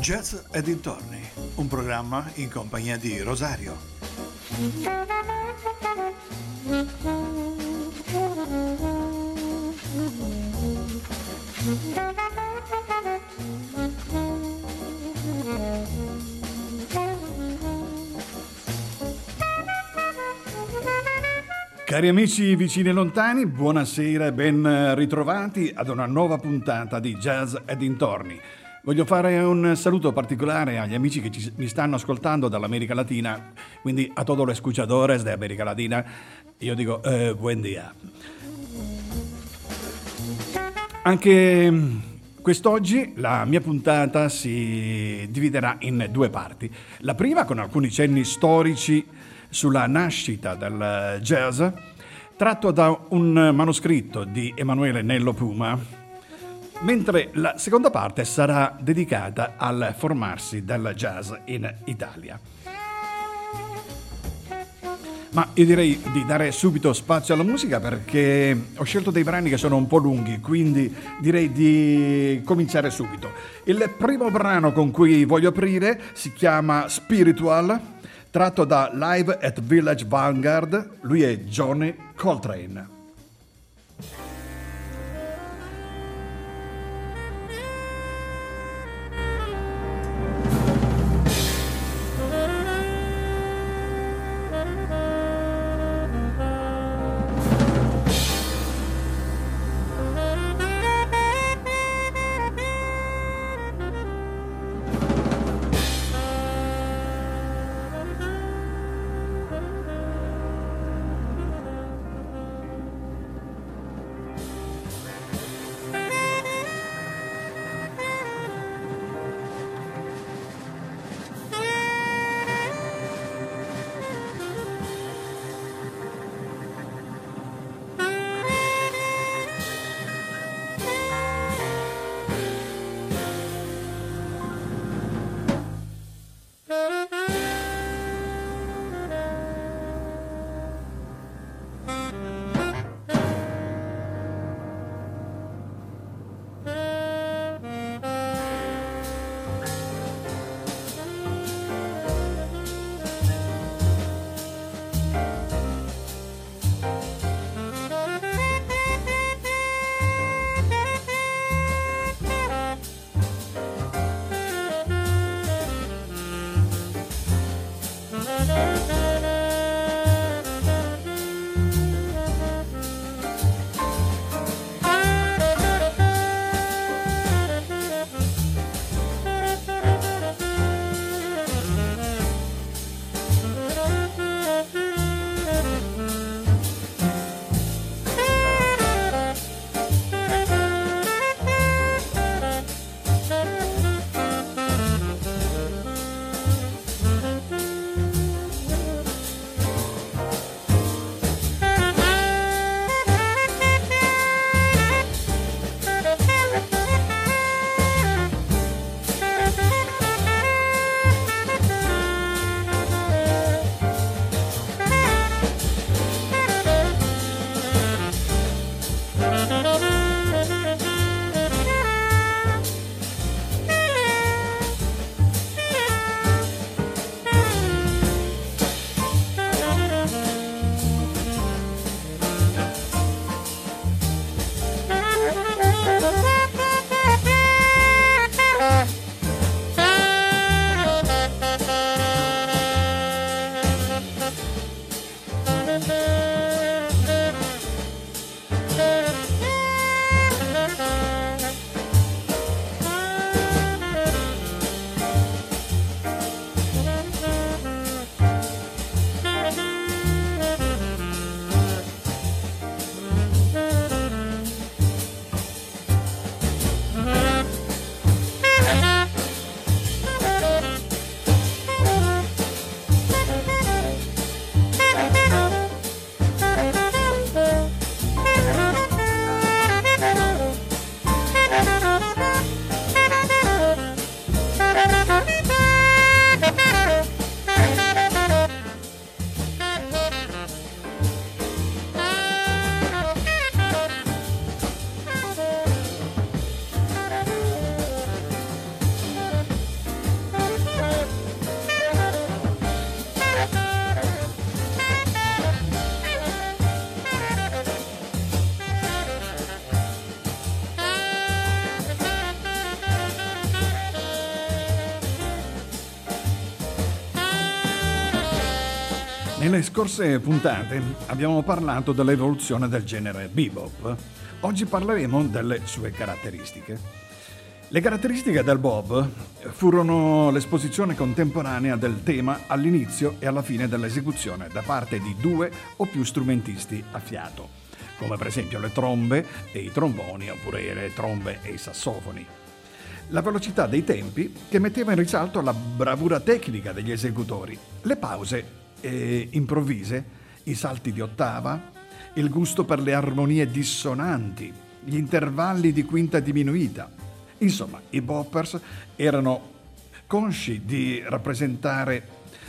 Jazz e dintorni, un programma in compagnia di Rosario. Cari amici vicini e lontani, buonasera e ben ritrovati ad una nuova puntata di Jazz e dintorni. Voglio fare un saluto particolare agli amici che mi stanno ascoltando dall'America Latina, quindi a todos los escuchadores de América Latina, io dico buen dia. Anche quest'oggi la mia puntata si dividerà in due parti. La prima con alcuni cenni storici sulla nascita del jazz, tratto da un manoscritto di Emanuele Nello Puma, mentre la seconda parte sarà dedicata al formarsi del jazz in Italia. Ma io direi di dare subito spazio alla musica perché ho scelto dei brani che sono un po' lunghi, quindi direi di cominciare subito. Il primo brano con cui voglio aprire si chiama Spiritual, tratto da Live at Village Vanguard. Lui è Johnny Coltrane. Nelle scorse puntate abbiamo parlato dell'evoluzione del genere bebop. Oggi parleremo delle sue caratteristiche. Le caratteristiche del bob furono l'esposizione contemporanea del tema all'inizio e alla fine dell'esecuzione da parte di 2 o più strumentisti a fiato, come per esempio le trombe e i tromboni oppure le trombe e i sassofoni. La velocità dei tempi che metteva in risalto la bravura tecnica degli esecutori, le pause improvvise, i salti di ottava, il gusto per le armonie dissonanti, gli intervalli di quinta diminuita. Insomma, i boppers erano consci di rappresentare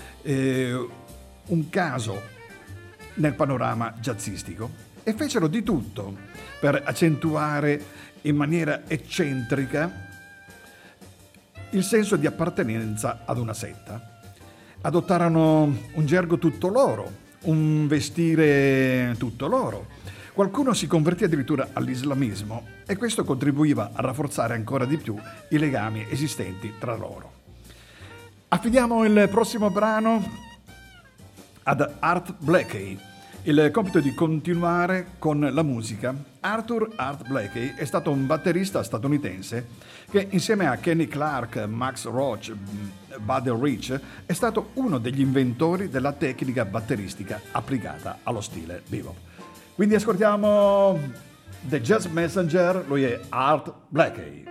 un caso nel panorama jazzistico e fecero di tutto per accentuare in maniera eccentrica il senso di appartenenza ad una setta. Adottarono un gergo tutto loro, un vestire tutto loro. Qualcuno si convertì addirittura all'islamismo e questo contribuiva a rafforzare ancora di più i legami esistenti tra loro. Affidiamo il prossimo brano ad Art Blakey. Il compito di continuare con la musica. Arthur Art Blakey è stato un batterista statunitense che insieme a Kenny Clarke, Max Roach, Buddy Rich è stato uno degli inventori della tecnica batteristica applicata allo stile bebop. Quindi ascoltiamo The Jazz Messenger, lui è Art Blakey.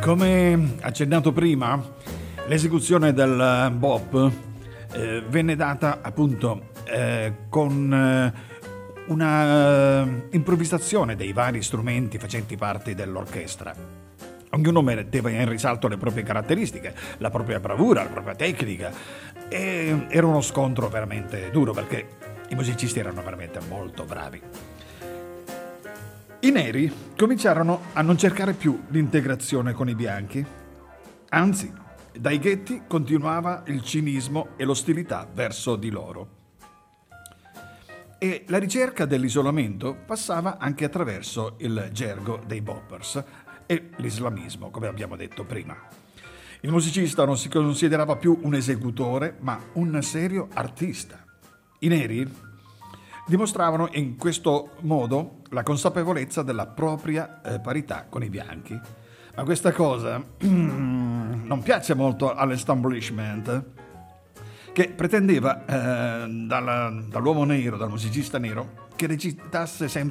Come accennato prima, l'esecuzione del bop venne data appunto con una improvvisazione dei vari strumenti facenti parte dell'orchestra. Ognuno metteva in risalto le proprie caratteristiche, la propria bravura, la propria tecnica, e era uno scontro veramente duro perché i musicisti erano veramente molto bravi. I neri cominciarono a non cercare più l'integrazione con i bianchi, anzi, dai ghetti continuava il cinismo e l'ostilità verso di loro. E la ricerca dell'isolamento passava anche attraverso il gergo dei boppers e l'islamismo, come abbiamo detto prima. Il musicista non si considerava più un esecutore, ma un serio artista. I neri dimostravano in questo modo la consapevolezza della propria parità con i bianchi. Ma questa cosa non piace molto all'establishment, che pretendeva dall'uomo nero, dal musicista nero, che recitasse sempre